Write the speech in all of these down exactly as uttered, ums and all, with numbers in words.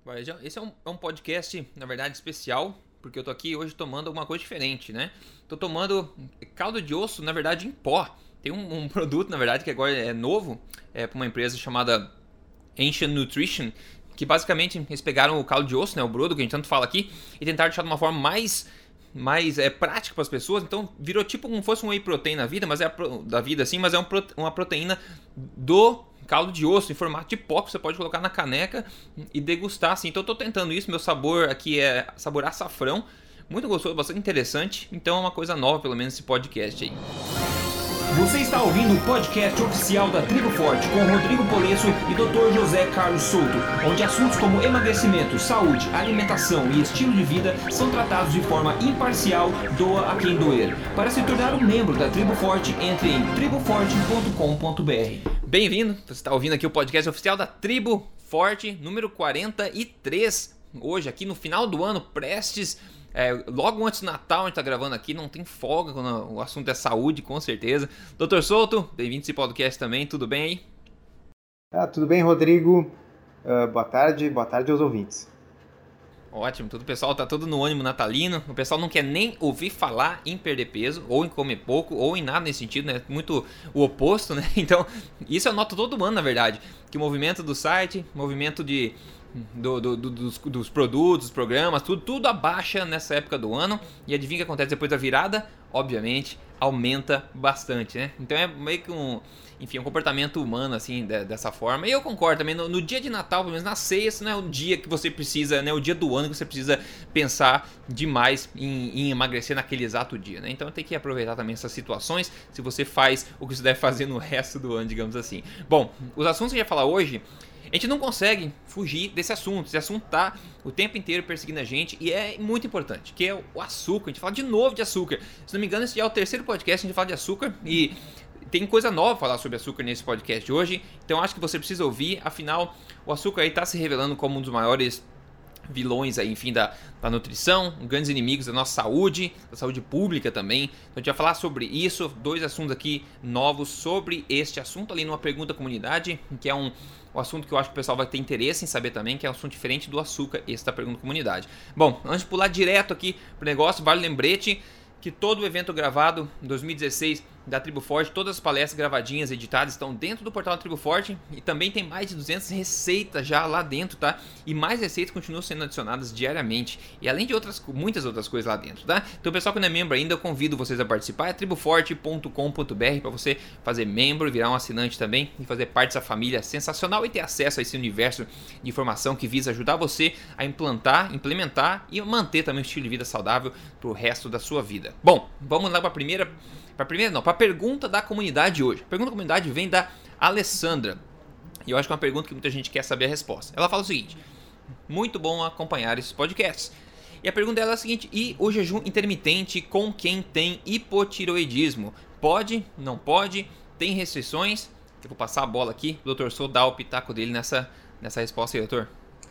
Varejão, esse é um, é um podcast, na verdade, especial, porque eu tô aqui hoje tomando alguma coisa diferente, né? Tô tomando caldo de osso, na verdade, em pó. Tem um, um produto, na verdade, que agora é novo, é para uma empresa chamada Ancient Nutrition, que basicamente eles pegaram o caldo de osso, né, o brodo que a gente tanto fala aqui, e tentaram deixar de uma forma mais, mais é, prática para as pessoas. Então virou tipo como fosse um whey protein na vida, mas é a pro, da vida assim, mas é um, uma proteína do caldo de osso em formato de pó que você pode colocar na caneca e degustar assim. Então eu tô tentando isso, meu sabor aqui é sabor açafrão, muito gostoso, bastante interessante. Então é uma coisa nova, pelo menos esse podcast aí. Você está ouvindo o podcast oficial da Tribo Forte com Rodrigo Polesso e doutor José Carlos Souto, onde assuntos como emagrecimento, saúde, alimentação e estilo de vida são tratados de forma imparcial, doa a quem doer. Para se tornar um membro da Tribo Forte, entre em tribo forte ponto com ponto b r. Bem-vindo, você está ouvindo aqui o podcast oficial da Tribo Forte, número quarenta e três. Hoje, aqui no final do ano, prestes... É, logo antes do Natal, a gente tá gravando aqui, não tem folga quando o assunto é saúde, com certeza. doutor Souto, bem-vindo a esse podcast também, tudo bem aí? Ah, tudo bem, Rodrigo? Uh, boa tarde, boa tarde aos ouvintes. Ótimo, todo o pessoal tá todo no ânimo natalino, o pessoal não quer nem ouvir falar em perder peso, ou em comer pouco, ou em nada nesse sentido, né? Muito o oposto, né? Então, isso eu noto todo ano, na verdade, que o movimento do site, movimento de... Do, do, do, dos, dos produtos, dos programas, tudo, tudo abaixa nessa época do ano. E adivinha o que acontece depois da virada? Obviamente, aumenta bastante, né? Então é meio que um, enfim, um comportamento humano, assim, de, dessa forma. E eu concordo também, no, no dia de Natal, pelo menos na ceia, esse não é o dia que você precisa, né? O dia do ano que você precisa pensar demais em, em emagrecer naquele exato dia, né? Então tem que aproveitar também essas situações, se você faz o que você deve fazer no resto do ano, digamos assim. Bom, os assuntos que a gente vai falar hoje... A gente não consegue fugir desse assunto. Esse assunto tá o tempo inteiro perseguindo a gente e é muito importante, que é o açúcar. A gente fala de novo de açúcar. Se não me engano, esse já é o terceiro podcast que a gente fala de açúcar e tem coisa nova falar sobre açúcar nesse podcast de hoje. Então acho que você precisa ouvir. Afinal, o açúcar aí tá se revelando como um dos maiores vilões aí, enfim, da, da nutrição, grandes inimigos da nossa saúde, da saúde pública também. Então a gente vai falar sobre isso, dois assuntos aqui novos sobre este assunto, ali numa pergunta à comunidade, que é um, um assunto que eu acho que o pessoal vai ter interesse em saber também, que é um assunto diferente do açúcar, esse da pergunta à comunidade. Bom, antes de pular direto aqui pro negócio, vale lembrete que todo o evento gravado em dois mil e dezesseis da Tribo Forte, todas as palestras gravadinhas, editadas, estão dentro do portal da Tribo Forte e também tem mais de duzentas receitas já lá dentro, tá? E mais receitas continuam sendo adicionadas diariamente e além de outras, muitas outras coisas lá dentro, tá? Então, pessoal que não é membro ainda, eu convido vocês a participar, é tribo forte ponto com ponto b r para você fazer membro, virar um assinante também e fazer parte dessa família sensacional e ter acesso a esse universo de informação que visa ajudar você a implantar, implementar e manter também um estilo de vida saudável pro resto da sua vida. Bom, vamos lá para a primeira... Para primeira não, para a pergunta da comunidade hoje. A pergunta da comunidade vem da Alessandra. E eu acho que é uma pergunta que muita gente quer saber a resposta. Ela fala o seguinte: muito bom acompanhar esses podcasts. E a pergunta dela é a seguinte: e o jejum intermitente com quem tem hipotiroidismo? Pode? Não pode? Tem restrições? Eu vou passar a bola aqui. O doutor Sou dá o pitaco dele nessa, nessa resposta aí, doutor.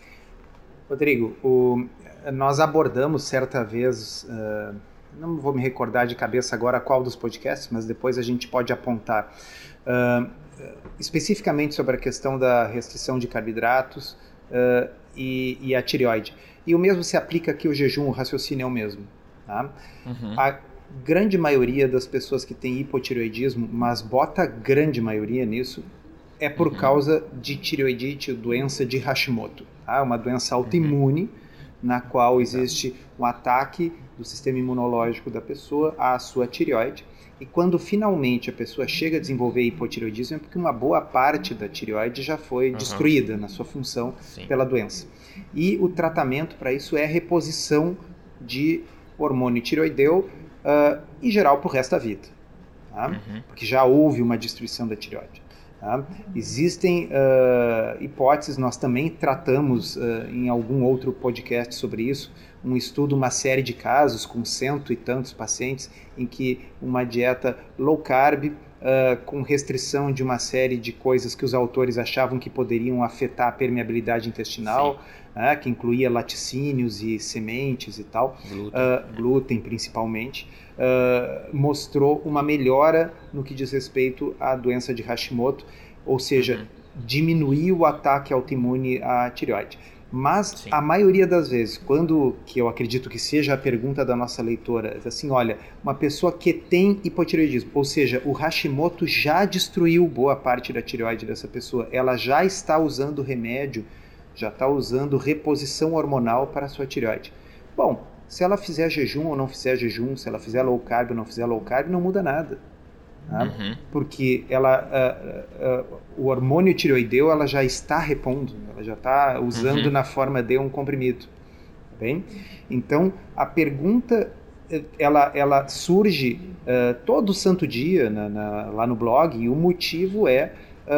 Rodrigo, o, nós abordamos certa vez... Uh... não vou me recordar de cabeça agora qual dos podcasts, mas depois a gente pode apontar uh, especificamente sobre a questão da restrição de carboidratos uh, e, e a tireoide. E o mesmo se aplica aqui ao jejum, o raciocínio é o mesmo. Tá? Uhum. A grande maioria das pessoas que tem hipotireoidismo, mas bota a grande maioria nisso, é por uhum. causa de tireoidite, doença de Hashimoto. Tá? Uma doença autoimune, uhum. na qual existe um ataque do sistema imunológico da pessoa à sua tireoide. E quando finalmente a pessoa chega a desenvolver hipotireoidismo, é porque uma boa parte da tireoide já foi uhum. destruída na sua função Sim. pela doença. E o tratamento para isso é a reposição de hormônio tireoideu, uh, em geral, para o resto da vida. Tá? Uhum. Porque já houve uma destruição da tireoide. Tá? Existem uh, hipóteses, nós também tratamos uh, em algum outro podcast sobre isso, um estudo, uma série de casos com cento e tantos pacientes em que uma dieta low carb, uh, com restrição de uma série de coisas que os autores achavam que poderiam afetar a permeabilidade intestinal, uh, que incluía laticínios e sementes e tal, glúten, uh, glúten principalmente, uh, mostrou uma melhora no que diz respeito à doença de Hashimoto, ou seja, uhum. diminuir o ataque autoimune à tireoide. Mas Sim. a maioria das vezes, quando, que eu acredito que seja a pergunta da nossa leitora, assim, olha, uma pessoa que tem hipotireoidismo, ou seja, o Hashimoto já destruiu boa parte da tireoide dessa pessoa, ela já está usando remédio, já está usando reposição hormonal para a sua tireoide. Bom, se ela fizer jejum ou não fizer jejum, se ela fizer low carb ou não fizer low carb, não muda nada. Tá? Uhum. Porque ela, uh, uh, uh, o hormônio tireoideu ela já está repondo, ela já está usando uhum. na forma de um comprimido. Tá bem? Então, a pergunta ela, ela surge uh, todo santo dia na, na, lá no blog, e o motivo é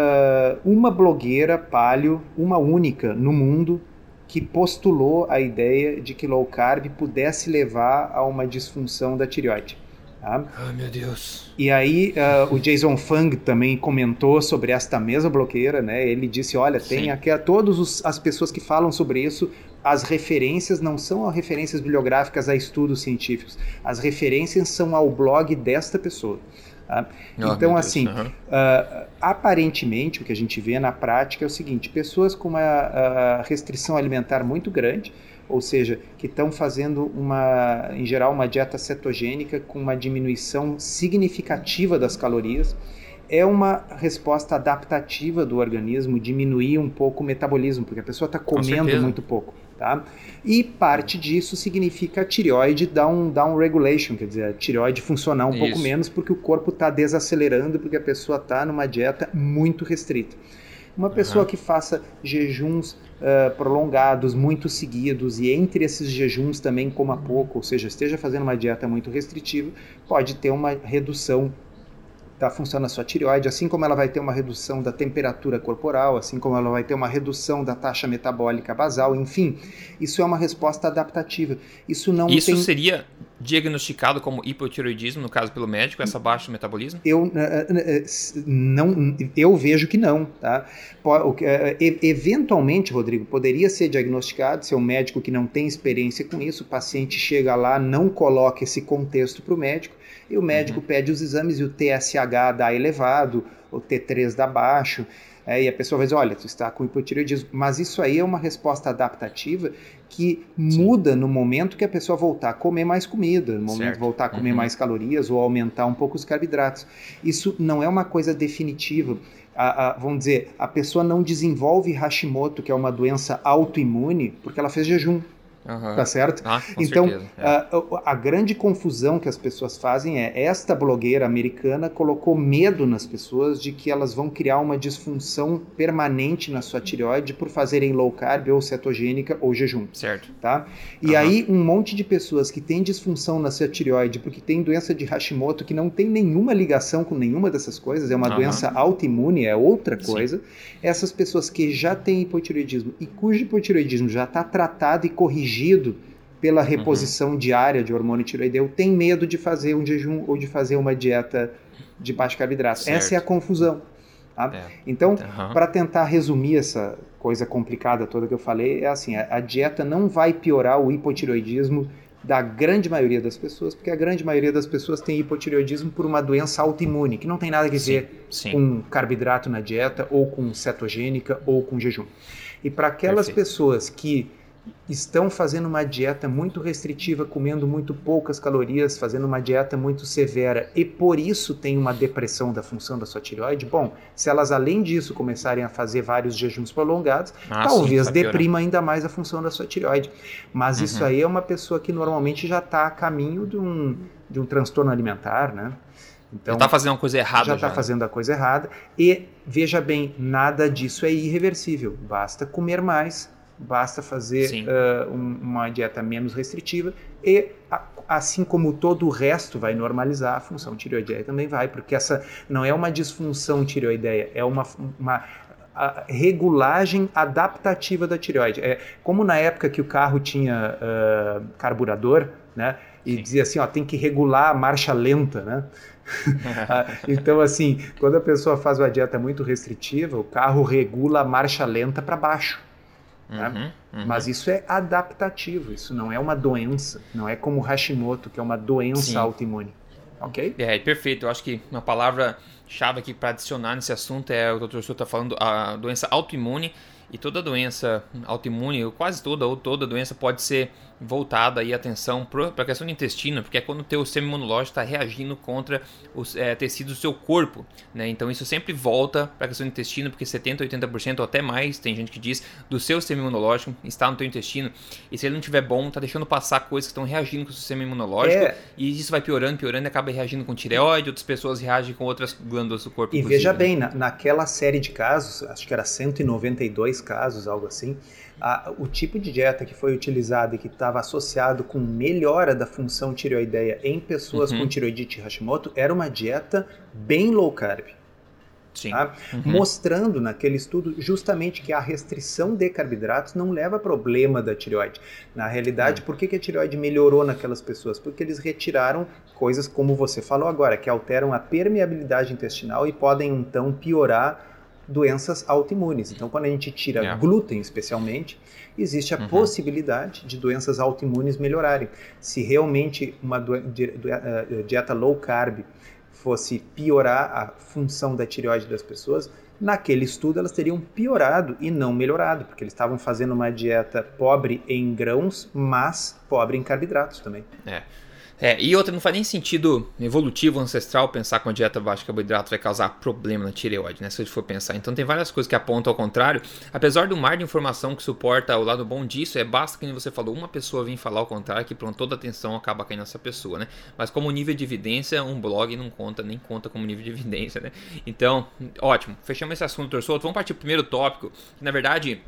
uh, uma blogueira paleo, uma única no mundo, que postulou a ideia de que low carb pudesse levar a uma disfunção da tireoide. Tá? Ai, meu Deus. E aí uh, o Jason Fung também comentou sobre esta mesma blogueira, né? Ele disse, olha, Sim. tem aqui todas as pessoas que falam sobre isso, as referências não são referências bibliográficas a estudos científicos, as referências são ao blog desta pessoa. Tá? Oh, então, assim, uhum. uh, aparentemente o que a gente vê na prática é o seguinte, pessoas com uma uh, restrição alimentar muito grande, ou seja, que estão fazendo, uma, em geral, uma dieta cetogênica com uma diminuição significativa das calorias, é uma resposta adaptativa do organismo diminuir um pouco o metabolismo, porque a pessoa está comendo muito pouco. Tá? E parte disso significa a tireoide dar um down regulation, quer dizer, a tireoide funcionar um Isso. pouco menos porque o corpo está desacelerando, porque a pessoa está numa dieta muito restrita. Uma pessoa uhum. que faça jejuns uh, prolongados, muito seguidos, e entre esses jejuns também coma pouco, ou seja, esteja fazendo uma dieta muito restritiva, pode ter uma redução da função da sua tireoide, assim como ela vai ter uma redução da temperatura corporal, assim como ela vai ter uma redução da taxa metabólica basal, enfim, isso é uma resposta adaptativa. Isso não Isso tem... seria diagnosticado como hipotireoidismo, no caso pelo médico, essa baixa metabolismo? Eu, uh, uh, não, eu vejo que não. Tá? Uh, eventualmente, Rodrigo, poderia ser diagnosticado, se é um médico que não tem experiência com isso, o paciente chega lá, não coloca esse contexto para o médico, e o médico uhum. pede os exames e o T S H dá elevado, o T três dá baixo, é, e a pessoa vai dizer, olha, tu está com hipotireoidismo. Mas isso aí é uma resposta adaptativa que Sim. muda no momento que a pessoa voltar a comer mais comida, no momento de voltar a comer uhum. mais calorias ou aumentar um pouco os carboidratos. Isso não é uma coisa definitiva. A, a, vamos dizer, a pessoa não desenvolve Hashimoto, que é uma doença autoimune, porque ela fez jejum. Uhum. Tá certo? Ah, com então, certeza, é. a, a grande confusão que as pessoas fazem é esta blogueira americana colocou medo nas pessoas de que elas vão criar uma disfunção permanente na sua tireoide por fazerem low carb ou cetogênica ou jejum. Certo. Tá? E uhum. aí um monte de pessoas que têm disfunção na sua tireoide porque tem doença de Hashimoto que não tem nenhuma ligação com nenhuma dessas coisas, é uma uhum. doença autoimune, é outra coisa. Sim. Essas pessoas que já têm hipotireoidismo e cujo hipotireoidismo já está tratado e corrigido pela reposição uhum. diária de hormônio tireoideu, tem medo de fazer um jejum ou de fazer uma dieta de baixo carboidrato. Certo. Essa é a confusão. Tá? É. Então, uhum. para tentar resumir essa coisa complicada toda que eu falei, é assim, a, a dieta não vai piorar o hipotireoidismo da grande maioria das pessoas, porque a grande maioria das pessoas tem hipotireoidismo por uma doença autoimune, que não tem nada a ver sim, sim. com carboidrato na dieta, ou com cetogênica, ou com jejum. E para aquelas Perfeito. pessoas que estão fazendo uma dieta muito restritiva, comendo muito poucas calorias, fazendo uma dieta muito severa e por isso tem uma depressão da função da sua tireoide, bom, se elas além disso começarem a fazer vários jejuns prolongados, ah, talvez sim, deprima ainda mais a função da sua tireoide. Mas uhum. isso aí é uma pessoa que normalmente já está a caminho de um, de um transtorno alimentar, né? Então, já está fazendo uma coisa errada. Já está fazendo a coisa errada e, veja bem, nada disso é irreversível, basta comer mais, basta fazer uh, um, uma dieta menos restritiva e, a, assim como todo o resto vai normalizar, a função tireoideia também vai, porque essa não é uma disfunção tireoideia, é uma, uma a regulagem adaptativa da tireoide. É como na época que o carro tinha uh, carburador, né? E Sim. dizia assim, ó, tem que regular a marcha lenta, né? Então, assim, quando a pessoa faz uma dieta muito restritiva, o carro regula a marcha lenta para baixo. Tá? Uhum, uhum. Mas isso é adaptativo, isso não é uma doença, não é como Hashimoto, que é uma doença Sim. autoimune. Ok? É, perfeito. Eu acho que uma palavra-chave aqui para adicionar nesse assunto é o doutor Souto está falando, a doença autoimune. E toda doença autoimune, ou quase toda, ou toda doença pode ser voltada aí a atenção para a questão do intestino, porque é quando o teu sistema imunológico está reagindo contra os é, tecidos do seu corpo, né? Então isso sempre volta para a questão do intestino, porque setenta, oitenta por cento ou até mais, tem gente que diz, do seu sistema imunológico está no teu intestino, e se ele não estiver bom, tá deixando passar coisas que estão reagindo com o sistema imunológico, é. e isso vai piorando, piorando, e acaba reagindo com tireoide, outras pessoas reagem com outras glândulas do corpo. E veja bem, na, naquela série de casos, acho que era cento e noventa e dois casos, algo assim, a, o tipo de dieta que foi utilizada e que estava associado com melhora da função tireoideia em pessoas uhum. com tireoidite Hashimoto era uma dieta bem low carb. Sim. Tá? Uhum. Mostrando naquele estudo justamente que a restrição de carboidratos não leva a problema da tireoide. Na realidade, uhum. por que, que a tireoide melhorou naquelas pessoas? Porque eles retiraram coisas como você falou agora, que alteram a permeabilidade intestinal e podem então piorar doenças autoimunes. Então, quando a gente tira yeah. glúten, especialmente, existe a uhum. possibilidade de doenças autoimunes melhorarem. Se realmente uma dieta low carb fosse piorar a função da tireoide das pessoas, naquele estudo elas teriam piorado e não melhorado, porque eles estavam fazendo uma dieta pobre em grãos, mas pobre em carboidratos também. É. É, e outra, não faz nem sentido evolutivo, ancestral, pensar que uma dieta baixa de carboidrato vai causar problema na tireoide, né? Se a gente for pensar. Então tem várias coisas que apontam ao contrário. Apesar do mar de informação que suporta o lado bom disso, é basta que você falou, uma pessoa vir falar ao contrário, que pronto, toda a atenção acaba caindo nessa pessoa, né? Mas como nível de evidência, um blog não conta, nem conta como nível de evidência, né? Então, ótimo. Fechamos esse assunto, doutor Souto. Vamos partir para o primeiro tópico, que na verdade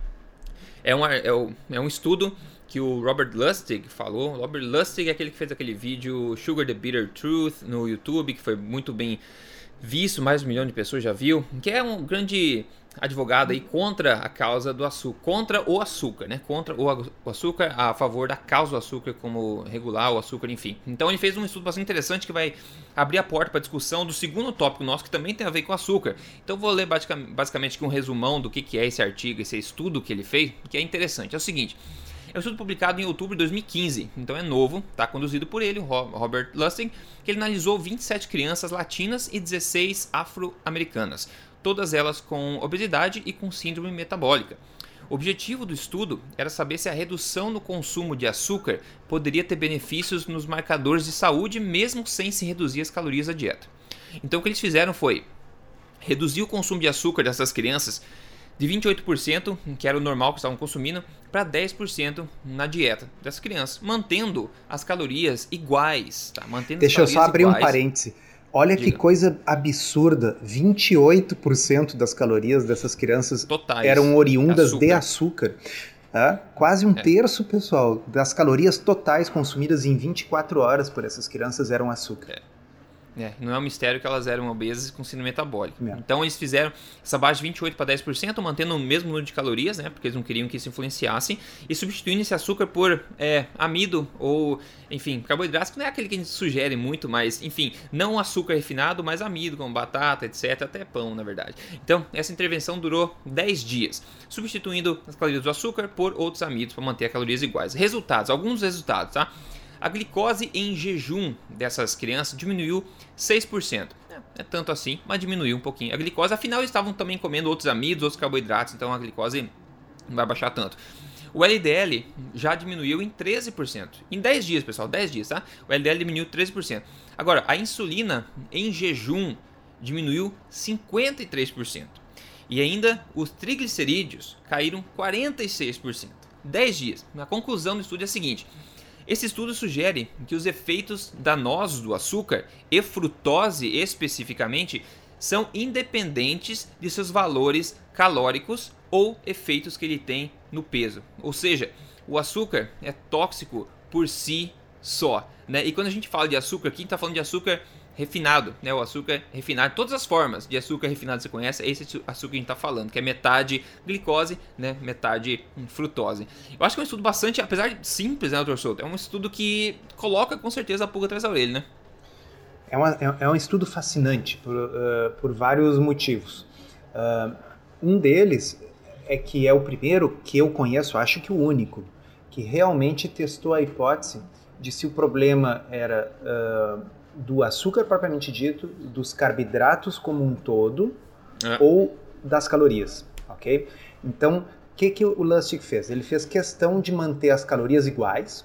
é, uma, é, um, é um estudo que o Robert Lustig falou. Robert Lustig é aquele que fez aquele vídeo Sugar the Bitter Truth no YouTube, que foi muito bem visto, mais de um milhão de pessoas já viu, que é um grande advogado aí contra a causa do açúcar, contra o açúcar, né? Contra o açúcar, a favor da causa do açúcar, como regular o açúcar, enfim. Então ele fez um estudo bastante interessante que vai abrir a porta para a discussão do segundo tópico nosso, que também tem a ver com açúcar. Então vou ler basicamente aqui um resumão do que é esse artigo, esse estudo que ele fez, que é interessante. É o seguinte: é um estudo publicado em outubro de dois mil e quinze, então é novo, está conduzido por ele, o Robert Lustig, que ele analisou vinte e sete crianças latinas e dezesseis afro-americanas, todas elas com obesidade e com síndrome metabólica. O objetivo do estudo era saber se a redução no consumo de açúcar poderia ter benefícios nos marcadores de saúde, mesmo sem se reduzir as calorias da dieta. Então o que eles fizeram foi reduzir o consumo de açúcar dessas crianças de vinte e oito por cento, que era o normal que estavam consumindo, para dez por cento na dieta dessas crianças, mantendo as calorias iguais. Tá? Mantendo Deixa as eu só abrir iguais. um parêntese. Olha Diga. Que coisa absurda, vinte e oito por cento das calorias dessas crianças Totais. Eram oriundas açúcar. De açúcar. Ah, quase um é. terço, pessoal, das calorias totais consumidas em vinte e quatro horas por essas crianças eram açúcar. É. É, não é um mistério que elas eram obesas com síndrome metabólica. É. Então eles fizeram essa baixa de vinte e oito por cento para dez por cento, mantendo o mesmo número de calorias, né, porque eles não queriam que isso influenciasse, e substituindo esse açúcar por é, amido ou, enfim, carboidratos, que não é aquele que a gente sugere muito, mas, enfim, não açúcar refinado, mas amido, como batata, etcétera, até pão, na verdade. Então, essa intervenção durou dez dias, substituindo as calorias do açúcar por outros amidos para manter as calorias iguais. Resultados, alguns resultados, tá? A glicose em jejum dessas crianças diminuiu seis por cento. É, é tanto assim, mas diminuiu um pouquinho. A glicose, afinal, eles estavam também comendo outros amidos, outros carboidratos, então a glicose não vai baixar tanto. O L D L já diminuiu em treze por cento. Em dez dias, pessoal, dez dias, tá? O L D L diminuiu treze por cento. Agora, a insulina em jejum diminuiu cinquenta e três por cento. E ainda os triglicerídeos caíram quarenta e seis por cento. dez dias. A conclusão do estudo é a seguinte: esse estudo sugere que os efeitos danosos do açúcar, e frutose especificamente, são independentes de seus valores calóricos ou efeitos que ele tem no peso. Ou seja, o açúcar é tóxico por si só, né? E quando a gente fala de açúcar aqui, a gente está falando de açúcar refinado, né? O açúcar refinado, todas as formas de açúcar refinado que você conhece, é esse açúcar que a gente está falando, que é metade glicose, né? Metade frutose. Eu acho que é um estudo bastante, apesar de simples, né, doutor Souto? É um estudo que coloca com certeza a pulga atrás da orelha, né? É, uma, é, é um estudo fascinante por, uh, por vários motivos. Uh, um deles é que é o primeiro que eu conheço, acho que o único, que realmente testou a hipótese de se o problema era Uh, do açúcar propriamente dito, dos carboidratos como um todo, é. ou das calorias, ok? Então, que, que o Lustig fez? Ele fez questão de manter as calorias iguais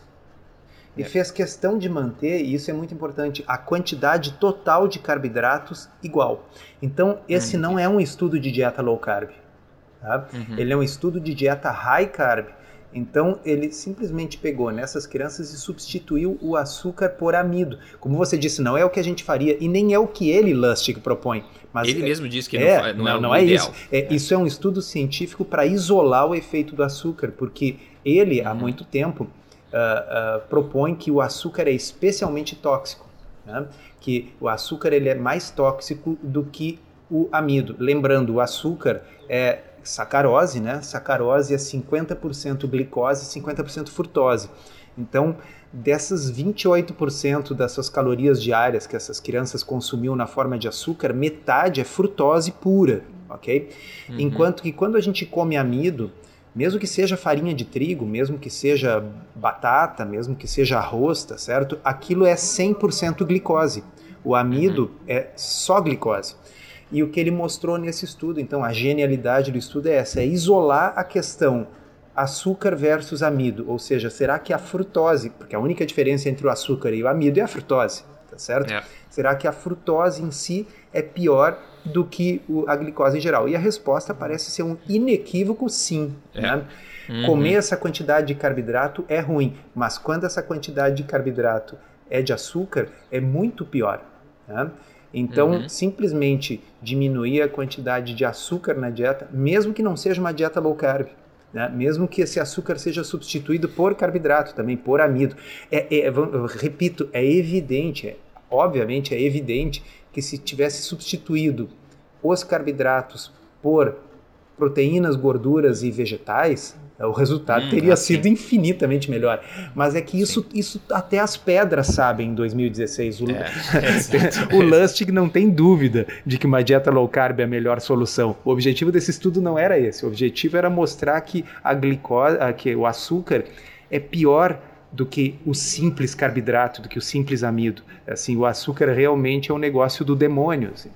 e é. fez questão de manter, e isso é muito importante, a quantidade total de carboidratos igual. Então, esse hum. não é um estudo de dieta low carb. Tá? Uhum. Ele é um estudo de dieta high carb. Então, ele simplesmente pegou nessas crianças e substituiu o açúcar por amido. Como você disse, não é o que a gente faria e nem é o que ele, Lustig, propõe. Mas ele é, mesmo disse que é, não, não, não é, não o é ideal. Isso. É, é. Isso é um estudo científico para isolar o efeito do açúcar, porque ele, uhum. há muito tempo, uh, uh, propõe que o açúcar é especialmente tóxico. Né? Que o açúcar ele é mais tóxico do que o amido. Lembrando, o açúcar é sacarose, né? Sacarose é cinquenta por cento glicose e cinquenta por cento frutose. Então, dessas vinte e oito por cento dessas calorias diárias que essas crianças consumiam na forma de açúcar, metade é frutose pura, ok? Uhum. Enquanto que quando a gente come amido, mesmo que seja farinha de trigo, mesmo que seja batata, mesmo que seja arroz, tá certo? Aquilo é cem por cento glicose. O amido uhum. é só glicose. E o que ele mostrou nesse estudo, então a genialidade do estudo é essa, é isolar a questão açúcar versus amido, ou seja, será que a frutose, porque a única diferença entre o açúcar e o amido é a frutose, tá certo? É. Será que a frutose em si é pior do que o, a glicose em geral? E a resposta parece ser um inequívoco sim, é. né? Uhum. Comer essa quantidade de carboidrato é ruim, mas quando essa quantidade de carboidrato é de açúcar, é muito pior, né? Então, uhum. simplesmente diminuir a quantidade de açúcar na dieta, mesmo que não seja uma dieta low carb, né? Mesmo que esse açúcar seja substituído por carboidrato, também por amido. É, é, eu repito, é evidente, é, obviamente é evidente que se tivesse substituído os carboidratos por proteínas, gorduras e vegetais, o resultado hum, teria assim. sido infinitamente melhor. Mas é que isso, isso até as pedras sabem em dois mil e dezesseis. O, é, o Lustig não tem dúvida de que uma dieta low carb é a melhor solução. O objetivo desse estudo não era esse. O objetivo era mostrar que, a glicose, que o açúcar é pior do que o simples carboidrato, do que o simples amido. Assim, o açúcar realmente é um negócio do demônio, assim.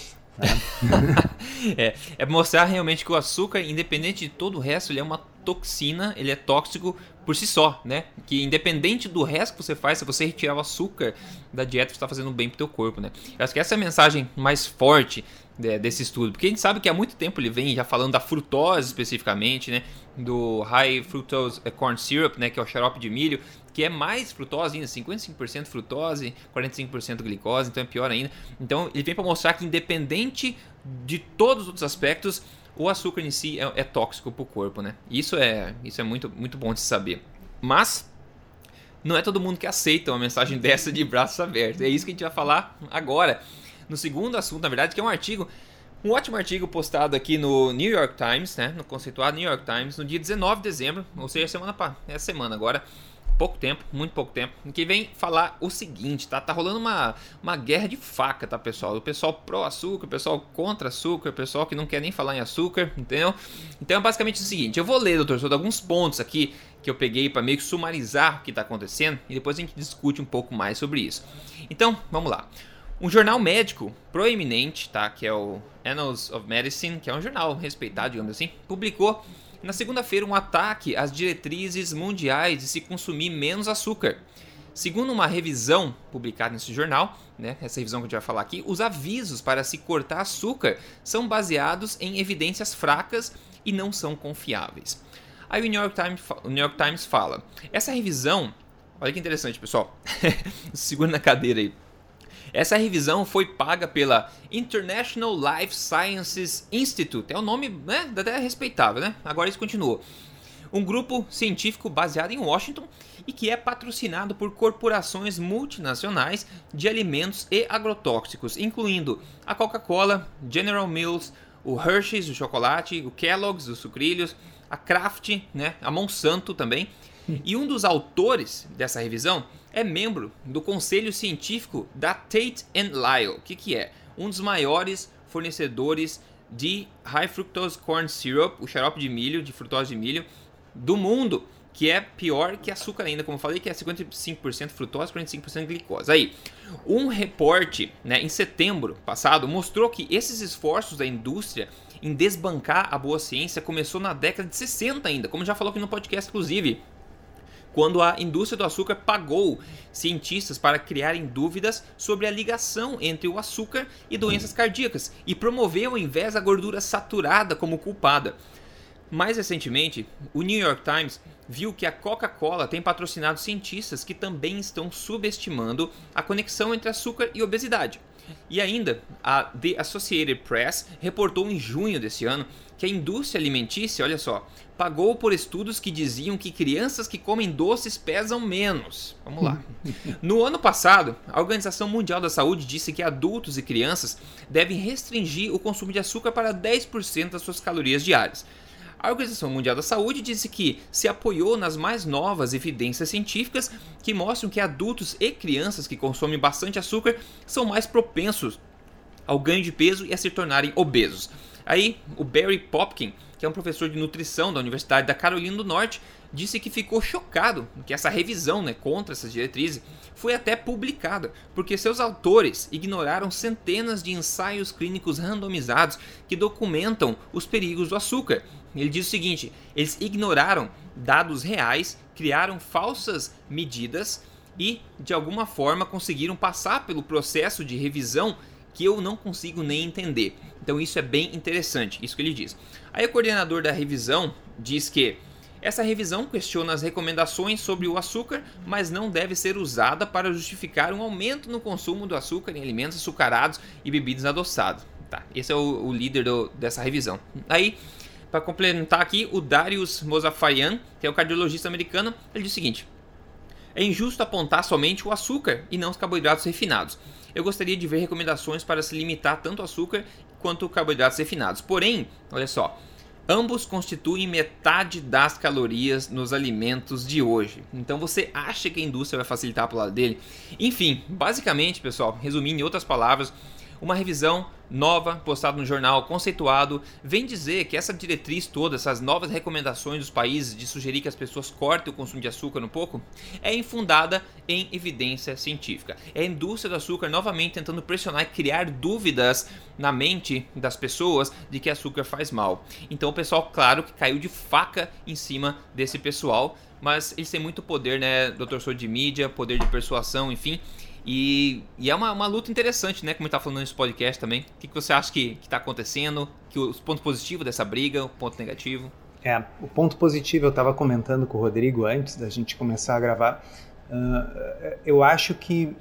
é, é mostrar realmente que o açúcar, independente de todo o resto, ele é uma toxina, ele é tóxico por si só, né? Que independente do resto que você faz, se você retirar o açúcar da dieta, você está fazendo bem pro teu corpo, né? Eu acho que essa é a mensagem mais forte é, desse estudo, porque a gente sabe que há muito tempo ele vem já falando da frutose especificamente, né? Do High Fructose Corn Syrup, né? Que é o xarope de milho, que é mais frutose ainda, cinquenta e cinco por cento frutose, quarenta e cinco por cento glicose, então é pior ainda. Então ele vem para mostrar que independente de todos os outros aspectos, o açúcar em si é, é tóxico para o corpo, né? Isso é, isso é muito, muito bom de se saber. Mas não é todo mundo que aceita uma mensagem dessa de braços abertos. É isso que a gente vai falar agora. No segundo assunto, na verdade, que é um artigo, um ótimo artigo postado aqui no New York Times, né? No conceituado New York Times, no dia dezenove de dezembro, ou seja, semana pa- é semana agora. Pouco tempo, muito pouco tempo, que vem falar o seguinte, tá? Tá rolando uma, uma guerra de faca, tá, pessoal? O pessoal pró-açúcar, o pessoal contra açúcar, o pessoal que não quer nem falar em açúcar, entendeu? Então é basicamente o seguinte, eu vou ler, doutor Souto, alguns pontos aqui que eu peguei para meio que sumarizar o que tá acontecendo e depois a gente discute um pouco mais sobre isso. Então, vamos lá. Um jornal médico proeminente, tá? Que é o Annals of Medicine, que é um jornal respeitado, digamos assim, publicou na segunda-feira um ataque às diretrizes mundiais de se consumir menos açúcar. Segundo uma revisão publicada nesse jornal, né, essa revisão que a gente vai falar aqui, os avisos para se cortar açúcar são baseados em evidências fracas e não são confiáveis. Aí o New York Times, o New York Times fala, essa revisão, olha que interessante, pessoal, segura na cadeira aí. Essa revisão foi paga pela International Life Sciences Institute, é um nome, né, até respeitável, né? Agora isso continua. Um grupo científico baseado em Washington e que é patrocinado por corporações multinacionais de alimentos e agrotóxicos, incluindo a Coca-Cola, General Mills, o Hershey's, o chocolate, o Kellogg's, os sucrilhos, a Kraft, né, a Monsanto também. E um dos autores dessa revisão é membro do conselho científico da Tate and Lyle, que, que é um dos maiores fornecedores de High Fructose Corn Syrup, o xarope de milho, de frutose de milho, do mundo, que é pior que açúcar ainda, como eu falei, que é cinquenta e cinco por cento frutose, quarenta e cinco por cento glicose. Aí, um reporte, né, em setembro passado mostrou que esses esforços da indústria em desbancar a boa ciência começou na década de sessenta ainda, como já falou aqui no podcast inclusive, quando a indústria do açúcar pagou cientistas para criarem dúvidas sobre a ligação entre o açúcar e doenças cardíacas e promoveu ao invés a gordura saturada como culpada. Mais recentemente, o New York Times viu que a Coca-Cola tem patrocinado cientistas que também estão subestimando a conexão entre açúcar e obesidade. E ainda, a The Associated Press reportou em junho desse ano que a indústria alimentícia, olha só, pagou por estudos que diziam que crianças que comem doces pesam menos. Vamos lá. No ano passado, a Organização Mundial da Saúde disse que adultos e crianças devem restringir o consumo de açúcar para dez por cento das suas calorias diárias. A Organização Mundial da Saúde disse que se apoiou nas mais novas evidências científicas que mostram que adultos e crianças que consomem bastante açúcar são mais propensos ao ganho de peso e a se tornarem obesos. Aí, o Barry Popkin, que é um professor de nutrição da Universidade da Carolina do Norte, disse que ficou chocado que essa revisão, né, contra essas diretrizes foi até publicada, porque seus autores ignoraram centenas de ensaios clínicos randomizados que documentam os perigos do açúcar. Ele diz o seguinte: eles ignoraram dados reais, criaram falsas medidas e, de alguma forma, conseguiram passar pelo processo de revisão que eu não consigo nem entender. Então isso é bem interessante, isso que ele diz. Aí o coordenador da revisão diz que essa revisão questiona as recomendações sobre o açúcar, mas não deve ser usada para justificar um aumento no consumo do açúcar em alimentos açucarados e bebidas adoçadas. Tá, esse é o, o líder do, dessa revisão. Aí, para complementar aqui, o Darius Mozaffarian, que é o cardiologista americano, ele diz o seguinte: é injusto apontar somente o açúcar e não os carboidratos refinados. Eu gostaria de ver recomendações para se limitar tanto ao açúcar quanto carboidratos refinados. Porém, olha só, ambos constituem metade das calorias nos alimentos de hoje. Então você acha que a indústria vai facilitar para o lado dele? Enfim, basicamente, pessoal, resumindo em outras palavras, uma revisão nova, postada no jornal conceituado, vem dizer que essa diretriz toda, essas novas recomendações dos países de sugerir que as pessoas cortem o consumo de açúcar um pouco, é infundada em evidência científica. É a indústria do açúcar novamente tentando pressionar e criar dúvidas na mente das pessoas de que açúcar faz mal. Então o pessoal, claro, que caiu de faca em cima desse pessoal, mas eles têm muito poder, né, doutor Sou de mídia, poder de persuasão, enfim. E, e é uma, uma luta interessante, né? Como a gente tá falando nesse podcast também. O que, que você acha que está acontecendo? Que os pontos positivos dessa briga, o ponto negativo? É, o ponto positivo eu estava comentando com o Rodrigo antes da gente começar a gravar. Uh, eu acho que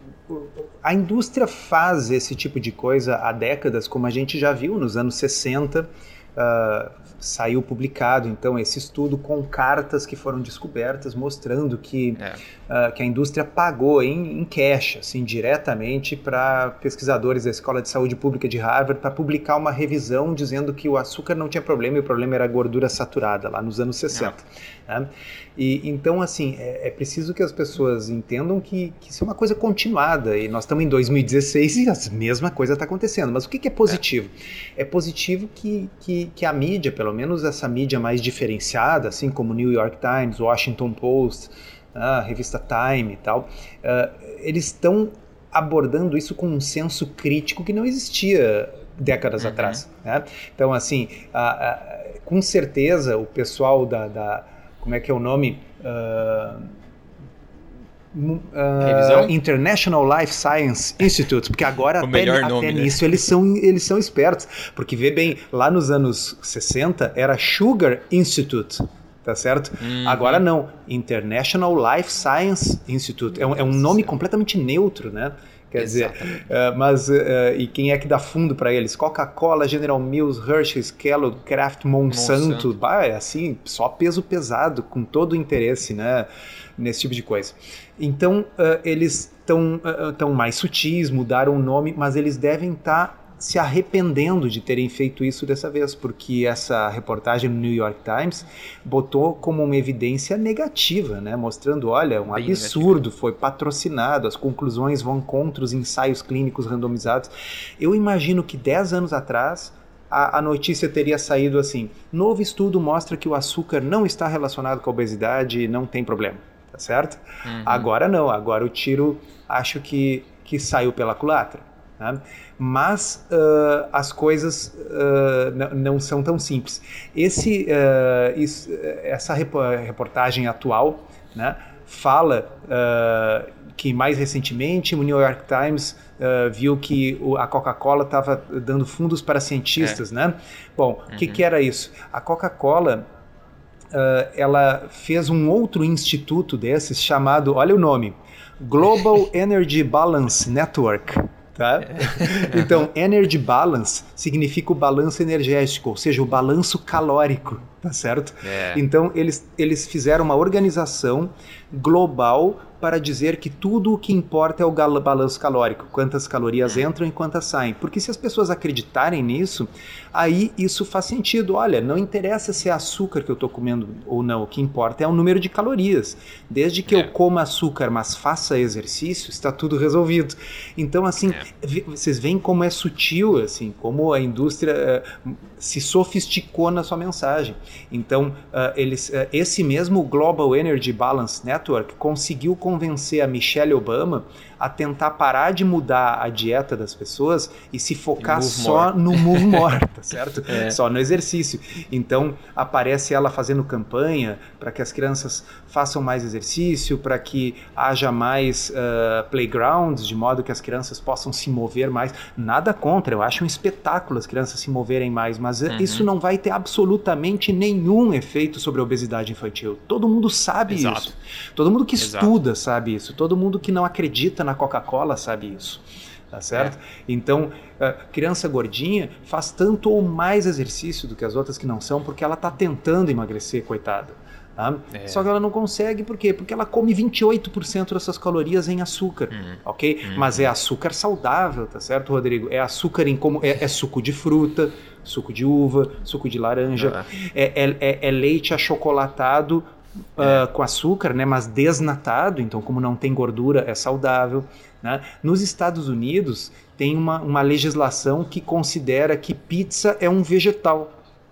a indústria faz esse tipo de coisa há décadas, como a gente já viu nos anos sessenta. Uh, saiu publicado então esse estudo com cartas que foram descobertas mostrando que, é. uh, que a indústria pagou em, em cash, assim, diretamente para pesquisadores da Escola de Saúde Pública de Harvard para publicar uma revisão dizendo que o açúcar não tinha problema e o problema era a gordura saturada lá nos anos sessenta. É. Né? E, então, assim, é, é preciso que as pessoas entendam que, que isso é uma coisa continuada e nós estamos em dois mil e dezesseis e a mesma coisa está acontecendo. Mas o que, que é positivo? É, é positivo que, que, que a mídia, pelo menos essa mídia mais diferenciada, assim como New York Times, Washington Post, a revista Time e tal, uh, eles estão abordando isso com um senso crítico que não existia décadas uhum. atrás. Né? Então, assim, uh, uh, com certeza o pessoal da... da como é que é o nome? Uh, uh, International Life Science Institute, porque agora até, nome, até né? nisso eles são, eles são espertos, porque vê bem, lá nos anos sessenta era Sugar Institute, tá certo? Uhum. Agora não, International Life Science Institute, é um, é um nome completamente neutro, né? Quer Exatamente. dizer, uh, mas uh, e quem é que dá fundo para eles? Coca-Cola, General Mills, Hershey's, Kellogg, Kraft, Monsanto, Monsanto. Bah, é assim, só peso pesado, com todo o interesse, né, nesse tipo de coisa. Então, uh, eles estão uh, tão mais sutis, mudaram o nome, mas eles devem estar tá se arrependendo de terem feito isso dessa vez, porque essa reportagem no New York Times botou como uma evidência negativa, né? Mostrando, olha, um Bem absurdo, negativo. Foi patrocinado, as conclusões vão contra os ensaios clínicos randomizados. Eu imagino que dez anos atrás a, a notícia teria saído assim: novo estudo mostra que o açúcar não está relacionado com a obesidade e não tem problema, tá certo? Uhum. Agora não, agora o tiro acho que, que saiu pela culatra. Tá? Mas uh, as coisas uh, não, não são tão simples. Esse, uh, isso, essa reportagem atual, né, fala uh, que mais recentemente o New York Times uh, viu que o, a Coca-Cola estava dando fundos para cientistas. É. Né? Bom, o uhum. que, que era isso? A Coca-Cola uh, ela fez um outro instituto desses chamado, olha o nome, Global Energy Balance Network. Tá? Então, Energy Balance significa o balanço energético, ou seja, o balanço calórico, tá certo? É. Então, eles, eles fizeram uma organização global para dizer que tudo o que importa é o balanço calórico, quantas calorias entram e quantas saem. Porque se as pessoas acreditarem nisso, aí isso faz sentido. Olha, não interessa se é açúcar que eu estou comendo ou não, o que importa é o número de calorias. Desde que é. eu coma açúcar, mas faça exercício, está tudo resolvido. Então, assim, é. vocês veem como é sutil, assim, como a indústria uh, se sofisticou na sua mensagem. Então, uh, eles, uh, esse mesmo Global Energy Balance Network conseguiu convencer a Michelle Obama a tentar parar de mudar a dieta das pessoas e se focar só more. no move more, tá certo? É. Só no exercício. Então, aparece ela fazendo campanha para que as crianças façam mais exercício, para que haja mais uh, playgrounds, de modo que as crianças possam se mover mais. Nada contra, eu acho um espetáculo as crianças se moverem mais, mas uhum. isso não vai ter absolutamente nenhum efeito sobre a obesidade infantil. Todo mundo sabe Exato. isso. Todo mundo que Exato. estuda sabe isso. Todo mundo que não acredita na Coca-Cola sabe isso, tá certo? É. Então, a criança gordinha faz tanto ou mais exercício do que as outras que não são, porque ela está tentando emagrecer, coitada. Tá? É. Só que ela não consegue, por quê? Porque ela come vinte e oito por cento das suas calorias em açúcar, uhum. ok? Uhum. Mas é açúcar saudável, tá certo, Rodrigo? É açúcar em como é, é suco de fruta, suco de uva, suco de laranja, uhum. é, é, é leite achocolatado Uh, é. com açúcar, né, mas desnatado, então como não tem gordura é saudável. Né? Nos Estados Unidos tem uma, uma legislação que considera que pizza é um vegetal.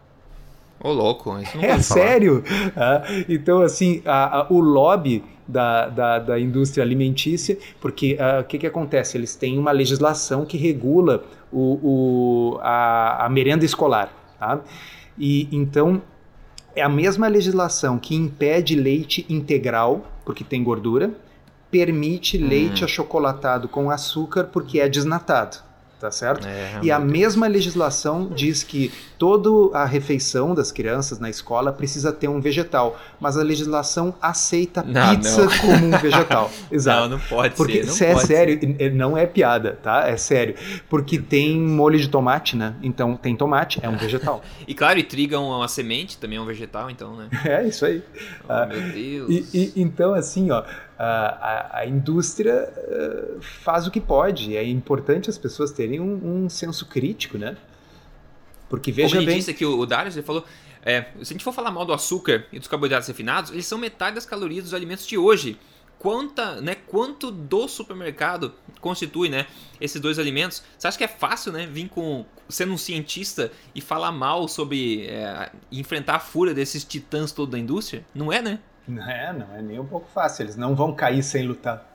Ô louco, isso não é sério? Ah, então assim, a, a, o lobby da, da, da indústria alimentícia, porque o uh, que, que acontece? Eles têm uma legislação que regula o, o, a, a merenda escolar. Tá? E então é a mesma legislação que impede leite integral, porque tem gordura, permite hum. leite achocolatado com açúcar, porque é desnatado, tá certo? É, e a Deus. mesma legislação diz que toda a refeição das crianças na escola precisa ter um vegetal, mas a legislação aceita não, pizza não. como um vegetal. Exato. Não, não pode porque, ser. Não se pode é sério, ser. não é piada, tá? É sério. Porque tem molho de tomate, né? Então tem tomate, é um vegetal. E claro, e trigo é uma semente, também é um vegetal, então, né? É, isso aí. Oh, ah, meu Deus. E, e, então, assim, ó, a, a, a indústria uh, faz o que pode. É importante as pessoas terem um, um senso crítico, né? Porque veja Como ele bem... disse aqui, o Darius, ele falou, é, se a gente for falar mal do açúcar e dos carboidratos refinados, eles são metade das calorias dos alimentos de hoje. Quanta, né, quanto do supermercado constitui, né, esses dois alimentos? Você acha que é fácil, né, vir com, sendo um cientista e falar mal sobre, é, enfrentar a fúria desses titãs todos da indústria? Não é, né? Não é, não é nem um pouco fácil. Eles não vão cair sem lutar.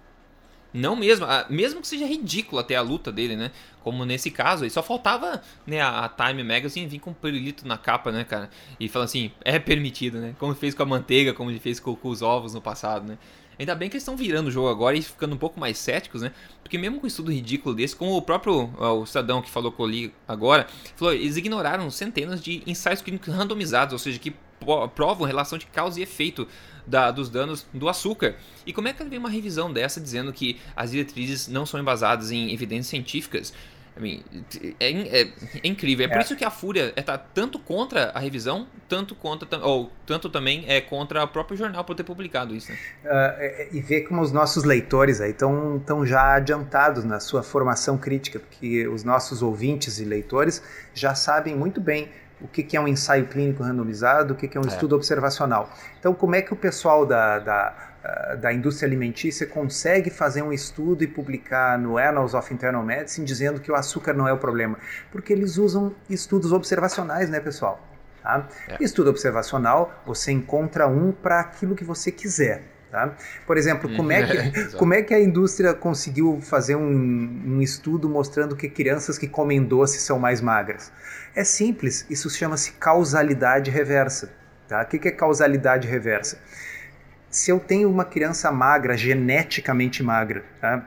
Não mesmo, mesmo que seja ridículo até a luta dele, né? Como nesse caso aí, só faltava, né, a Time Magazine vir com um pirulito na capa, né, cara? E falando assim, é permitido, né? Como fez com a manteiga, como ele fez com, com os ovos no passado, né? Ainda bem que eles estão virando o jogo agora e ficando um pouco mais céticos, né? Porque mesmo com um estudo ridículo desse, como o próprio ó, o cidadão que falou com eu li agora, falou, eles ignoraram centenas de ensaios clínicos randomizados, ou seja, que provam relação de causa e efeito da, dos danos do açúcar. E como é que vem uma revisão dessa dizendo que as diretrizes não são embasadas em evidências científicas? I mean, é, é, é incrível. É, é por isso que a Fúria está tanto contra a revisão, tanto, contra, ou, tanto também é contra o próprio jornal por ter publicado isso. Né? Uh, e ver como os nossos leitores estão tão já adiantados na sua formação crítica, porque os nossos ouvintes e leitores já sabem muito bem o que, que é um ensaio clínico randomizado, o que, que é um é. estudo observacional. Então, como é que o pessoal da, da, da indústria alimentícia consegue fazer um estudo e publicar no Annals of Internal Medicine dizendo que o açúcar não é o problema? Porque eles usam estudos observacionais, né, pessoal? Tá? É. Estudo observacional, você encontra um para aquilo que você quiser. Tá? Por exemplo, como é, que, como é que a indústria conseguiu fazer um, um estudo mostrando que crianças que comem doce são mais magras? É simples, isso chama-se causalidade reversa. Tá? O que é causalidade reversa? Se eu tenho uma criança magra, geneticamente magra, tá?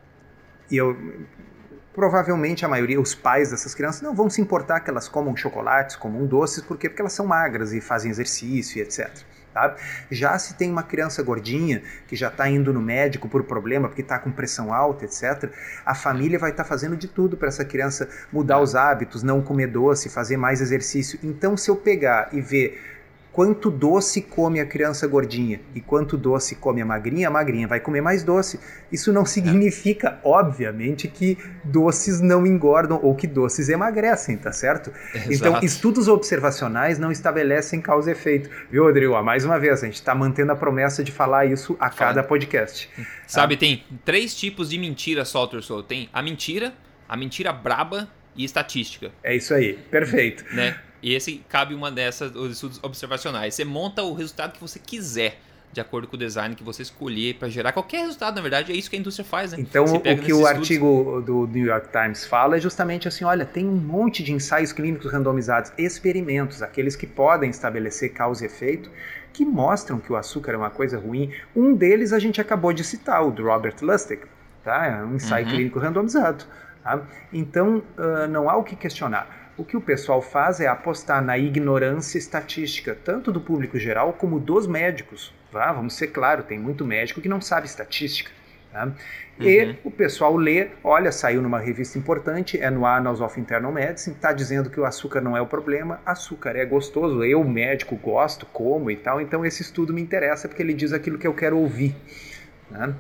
E eu... provavelmente a maioria, os pais dessas crianças não vão se importar que elas comam chocolates, comam doces, por quê? Porque elas são magras e fazem exercício e etcétera. Tá? Já se tem uma criança gordinha que já está indo no médico por problema, porque está com pressão alta, etcétera, a família vai estar tá fazendo de tudo para essa criança mudar os hábitos, não comer doce, fazer mais exercício. Então, se eu pegar e ver quanto doce come a criança gordinha e quanto doce come a magrinha, a magrinha vai comer mais doce. Isso não significa, obviamente, que doces não engordam ou que doces emagrecem, tá certo? Exato. Então, estudos observacionais não estabelecem causa e efeito. Viu, Rodrigo? Mais uma vez, a gente está mantendo a promessa de falar isso a Fala. cada podcast. Sabe, ah. tem três tipos de mentira só, Torçou. Tem a mentira, a mentira braba e estatística. É isso aí, perfeito. Né? E esse cabe uma dessas, os estudos observacionais. Você monta o resultado que você quiser, de acordo com o design que você escolher para gerar qualquer resultado, na verdade, é isso que a indústria faz, né? Então, o que o estudos... artigo do New York Times fala é justamente assim, olha, tem um monte de ensaios clínicos randomizados, experimentos, aqueles que podem estabelecer causa e efeito, que mostram que o açúcar é uma coisa ruim. Um deles a gente acabou de citar, o do Robert Lustig, tá? É um ensaio uhum. clínico randomizado. Tá? Então, uh, não há o que questionar. O que o pessoal faz é apostar na ignorância estatística, tanto do público geral como dos médicos. Tá? Vamos ser claros, tem muito médico que não sabe estatística. Tá? Uhum. E o pessoal lê, olha, saiu numa revista importante, é no Annals of Internal Medicine, está dizendo que o açúcar não é o problema, açúcar é gostoso, eu, médico, gosto, como e tal, então esse estudo me interessa porque ele diz aquilo que eu quero ouvir. Tá?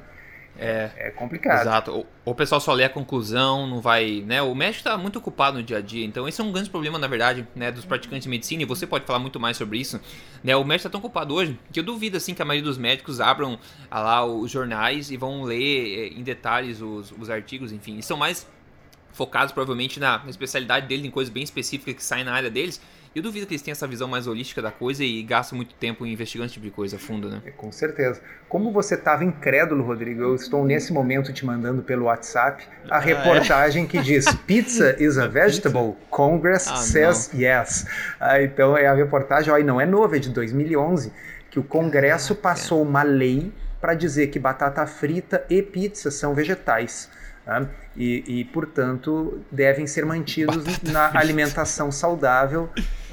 É, é complicado. Exato. O, o pessoal só lê a conclusão, não vai, né? O médico está muito ocupado no dia a dia, então esse é um grande problema, na verdade, né, dos praticantes de medicina, e você pode falar muito mais sobre isso, né? O médico está tão ocupado hoje que eu duvido assim que a maioria dos médicos abram ah, lá os jornais e vão ler em detalhes os, os artigos, enfim, e são mais focados provavelmente na, na especialidade deles, em coisas bem específicas que saem na área deles. Eu duvido que eles tenham essa visão mais holística da coisa e gastam muito tempo investigando esse tipo de coisa a fundo, né? É, com certeza. Como você estava incrédulo, Rodrigo, eu estou nesse momento te mandando pelo WhatsApp a ah, reportagem é? que diz Pizza is a vegetable, Congress ah, says não. yes. Ah, então é a reportagem, ó, e não é nova, é de dois mil e onze, que o Congresso Caraca. passou uma lei para dizer que batata frita e pizza são vegetais. Tá? E, e, portanto, devem ser mantidos Batata na frita. alimentação saudável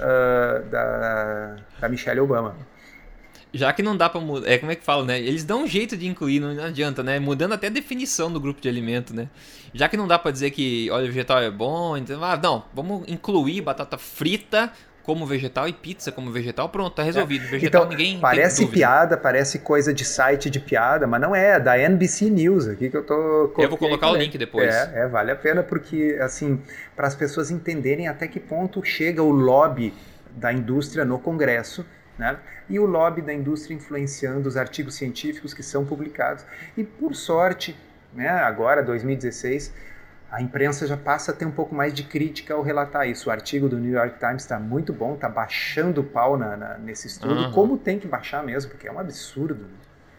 uh, da, da Michelle Obama. Já que não dá pra mudar, é como é que fala, né? Eles dão um jeito de incluir, não adianta, né? Mudando até a definição do grupo de alimento, né? Já que não dá pra dizer que óleo vegetal é bom, então, ah, não, vamos incluir batata frita como vegetal e pizza como vegetal, pronto, tá resolvido. Vegetal então, ninguém parece tem dúvida. Piada, parece coisa de site de piada, mas não é, é da N B C News aqui que eu tô... Eu vou colocar o link depois. É, é, vale a pena porque, assim, para as pessoas entenderem até que ponto chega o lobby da indústria no Congresso, né? E o lobby da indústria influenciando os artigos científicos que são publicados. E, por sorte, né, agora, dois mil e dezesseis... a imprensa já passa a ter um pouco mais de crítica ao relatar isso. O artigo do New York Times está muito bom, está baixando o pau na, na, nesse estudo, uhum. como tem que baixar mesmo, porque é um absurdo.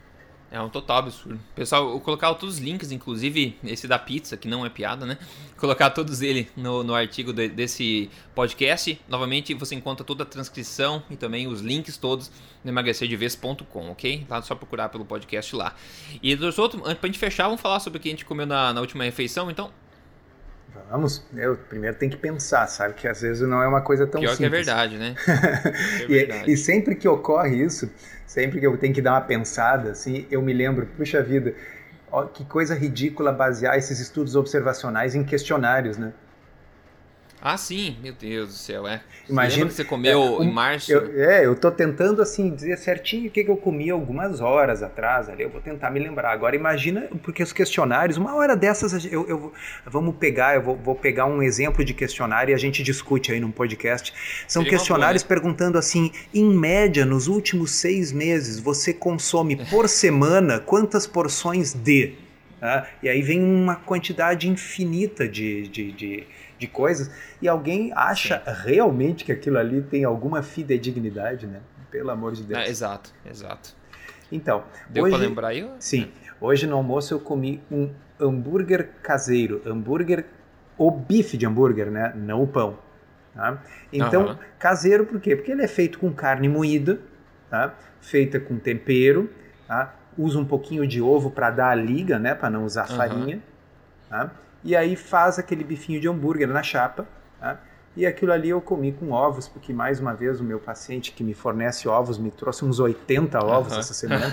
É um total absurdo. Pessoal, eu colocar todos os links, inclusive esse da pizza, que não é piada, né? Colocar todos eles no, no artigo de, desse podcast. Novamente, você encontra toda a transcrição e também os links todos no emagrecer de vez ponto com, ok? Lá é só procurar pelo podcast lá. E dos outros, pra gente fechar, vamos falar sobre o que a gente comeu na, na última refeição, então... Vamos, eu primeiro tem que pensar, sabe? Que às vezes não é uma coisa tão Pior simples. Que é verdade, né? É verdade. e, e sempre que ocorre isso, sempre que eu tenho que dar uma pensada, assim, eu me lembro, puxa vida, ó, que coisa ridícula basear esses estudos observacionais em questionários, né? Ah, sim, meu Deus do céu, é. Imagina Lembra que você comeu é, um, em março? Eu, é, eu tô tentando, assim, dizer certinho o que, que eu comi algumas horas atrás, ali, eu vou tentar me lembrar. Agora, imagina, porque os questionários, uma hora dessas, eu, eu vamos pegar, eu vou, vou pegar um exemplo de questionário e a gente discute aí num podcast. São Seria questionários boa, né? Perguntando assim, em média, nos últimos seis meses, você consome por semana quantas porções de... Ah, e aí vem uma quantidade infinita de... de, de de coisas, e alguém acha Sim. realmente que aquilo ali tem alguma fidedignidade, né? Pelo amor de Deus. É, exato, exato. Então, Deu hoje, pra lembrar aí? Sim. Hoje no almoço eu comi um hambúrguer caseiro. Hambúrguer, o bife de hambúrguer, né? Não o pão. Tá? Então, uhum. caseiro por quê? Porque ele é feito com carne moída, tá? Feita com tempero, tá? Usa um pouquinho de ovo para dar a liga, né? Para não usar uhum. farinha. Tá? E aí faz aquele bifinho de hambúrguer na chapa, tá? E aquilo ali eu comi com ovos, porque mais uma vez o meu paciente que me fornece ovos me trouxe uns oitenta ovos uhum. essa semana.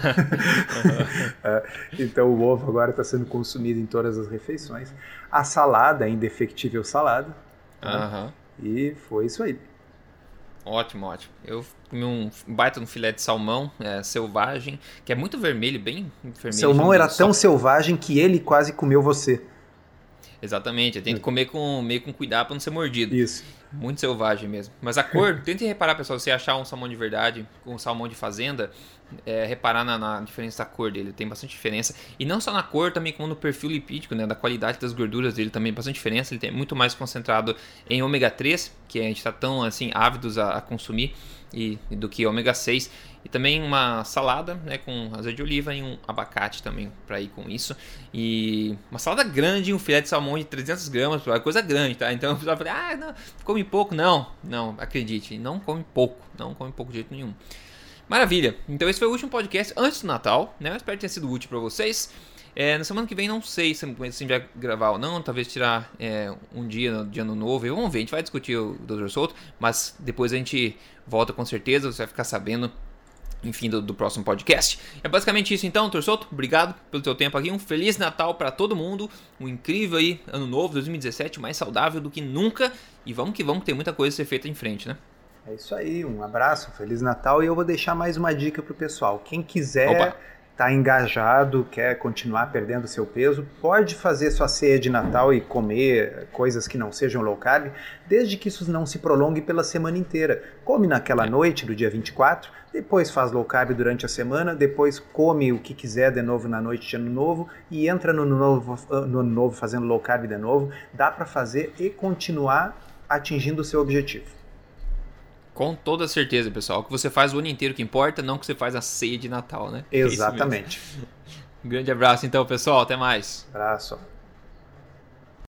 uhum. Então o ovo agora está sendo consumido em todas as refeições. A salada, a indefectível salada. Tá? Uhum. E foi isso aí. Ótimo, ótimo. Eu comi um baita no filé de salmão é, selvagem, que é muito vermelho, bem vermelho. Salmão era tão só... selvagem que ele quase comeu você. Exatamente, tem que comer com, meio com cuidado para não ser mordido. Isso. Muito selvagem mesmo. Mas a cor, tente reparar, pessoal, se você achar um salmão de verdade com um salmão de fazenda, é, reparar na, na diferença da cor dele, tem bastante diferença. E não só na cor, também como no perfil lipídico, né, da qualidade das gorduras dele também, bastante diferença. Ele tem muito mais concentrado em ômega três, que a gente está tão assim, ávidos a, a consumir, e, e do que ômega seis. E também uma salada, né, com azeite de oliva e um abacate também para ir com isso. E uma salada grande, um filé de salmão de trezentas gramas, é coisa grande, tá? Então o pessoal fala, ah, não, come pouco. Não, não, acredite, não come pouco, não come pouco de jeito nenhum. Maravilha, então esse foi o último podcast antes do Natal, né? Eu espero que tenha sido útil para vocês. É, na semana que vem não sei se a gente vai gravar ou não, talvez tirar é, um dia de ano novo, vamos ver, a gente vai discutir o doutor Souto, mas depois a gente volta com certeza, você vai ficar sabendo, enfim, do, do próximo podcast. É basicamente isso então, doutor Souto, obrigado pelo teu tempo aqui, um Feliz Natal para todo mundo, um incrível aí ano novo, dois mil e dezessete, mais saudável do que nunca, e vamos que vamos, tem muita coisa a ser feita em frente, né? É isso aí, um abraço, Feliz Natal, e eu vou deixar mais uma dica pro pessoal, quem quiser... Opa. Está engajado, quer continuar perdendo seu peso, pode fazer sua ceia de Natal e comer coisas que não sejam low carb, desde que isso não se prolongue pela semana inteira. Come naquela noite do dia vinte e quatro, depois faz low carb durante a semana, depois come o que quiser de novo na noite de ano novo e entra no ano novo, no ano novo fazendo low carb de novo. Dá para fazer e continuar atingindo o seu objetivo. Com toda certeza, pessoal. O que você faz o ano inteiro que importa, não o que você faz na ceia de Natal, né? Exatamente. É um grande abraço, então, pessoal. Até mais. Abraço.